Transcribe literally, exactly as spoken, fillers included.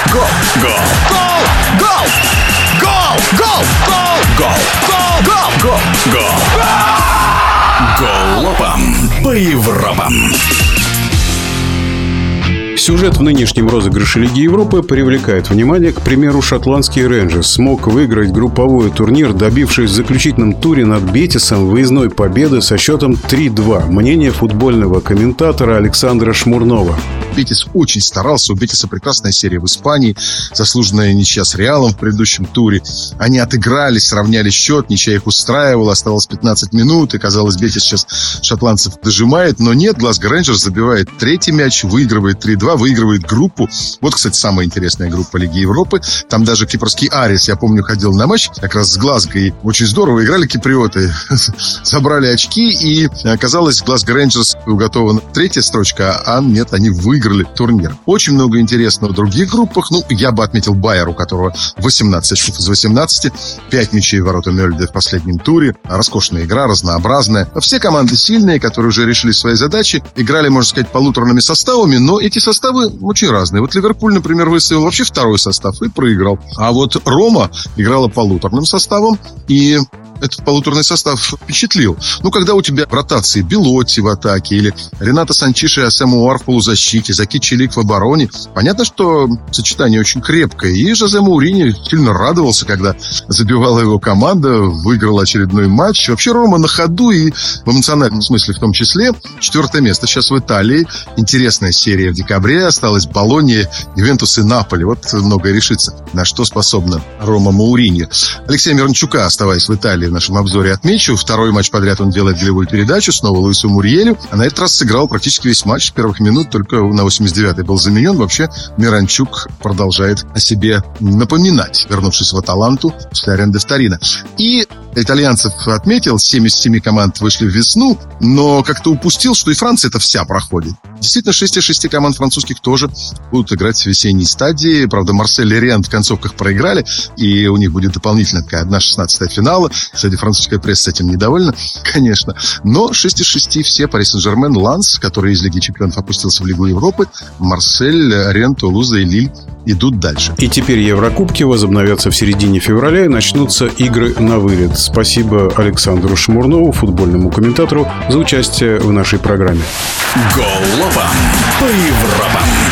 Гол! Гол! Гол! Гол! Гол! Гол! Гол! Гол! Гол! Гол! Голлопом по Европам. Сюжет в нынешнем розыгрыше Лиги Европы привлекает внимание. К примеру, шотландский Рейнджерс смог выиграть групповой турнир, добившись в заключительном туре над Бетисом выездной победы со счетом три-два. Мнение футбольного комментатора Александра Шмурнова. Бетис очень старался. У Бетиса прекрасная серия в Испании. Заслуженная ничья с Реалом в предыдущем туре. Они отыгрались, сравняли счет. Ничья их устраивала. Оставалось пятнадцать минут. И, казалось, Бетис сейчас шотландцев дожимает. Но нет, Глазго Рейнджерс забивает третий мяч, выигрывает три-два, выигрывает группу. Вот, кстати, самая интересная группа Лиги Европы. Там даже кипрский Арис, я помню, ходил на матч как раз с Глазго. И очень здорово играли киприоты. Собрали очки. И оказалось, Глазго Рейнджерс уготована третья строчка. А нет, они выиграли турнир. Очень много интересного в других группах. Ну, я бы отметил Байер, у которого восемнадцать очков из восемнадцати. пять мячей в ворота Мёльде в последнем туре. Роскошная игра, разнообразная. Все команды сильные, которые уже решили свои задачи. Играли, можно сказать, полуторными составами, но эти составы очень разные. Вот Ливерпуль, например, выставил вообще второй состав и проиграл. А вот Рома играла полуторным составом, и этот полуторный состав впечатлил. Ну, когда у тебя в ротации Белотти в атаке или Рената Санчиш и Асему Уар в полузащите, Заки Чилик в обороне, понятно, что сочетание очень крепкое. И Жозе Моуриньо сильно радовался, когда забивала его команда, выиграла очередной матч. Вообще Рома на ходу и в эмоциональном смысле в том числе. Четвертое место сейчас в Италии. Интересная серия в декабре. Осталась Болонья, Ювентус и Наполи. Вот многое решится, на что способна Рома Моуриньо. Алексея Мирончука, оставаясь в Италии, в нашем обзоре отмечу. Второй матч подряд он делает голевую передачу, снова Луису Мурьелю. А на этот раз сыграл практически весь матч. С первых минут только на восемьдесят девятой был заменен. Вообще Миранчук продолжает о себе напоминать, вернувшись в Аталанту после аренды в Торино. И итальянцев отметил, семь из семи команд вышли в весну, но как-то упустил, что и Франция это вся проходит. Действительно, шесть из шести команд французских тоже будут играть в весенней стадии. Правда, Марсель и Риан в концовках проиграли, и у них будет дополнительная такая одна шестнадцатая финала. Кстати, французская пресса этим недовольна, конечно. Но шесть из шести все: Пари Сен-Жермен, Ланс, который из Лиги Чемпионов опустился в Лигу Европы, Марсель, Рен, Тулуза и Лиль идут дальше. И теперь Еврокубки возобновятся в середине февраля и начнутся игры на вылет. Спасибо Александру Шмурнову, футбольному комментатору, за участие в нашей программе. Голлопом по Европам.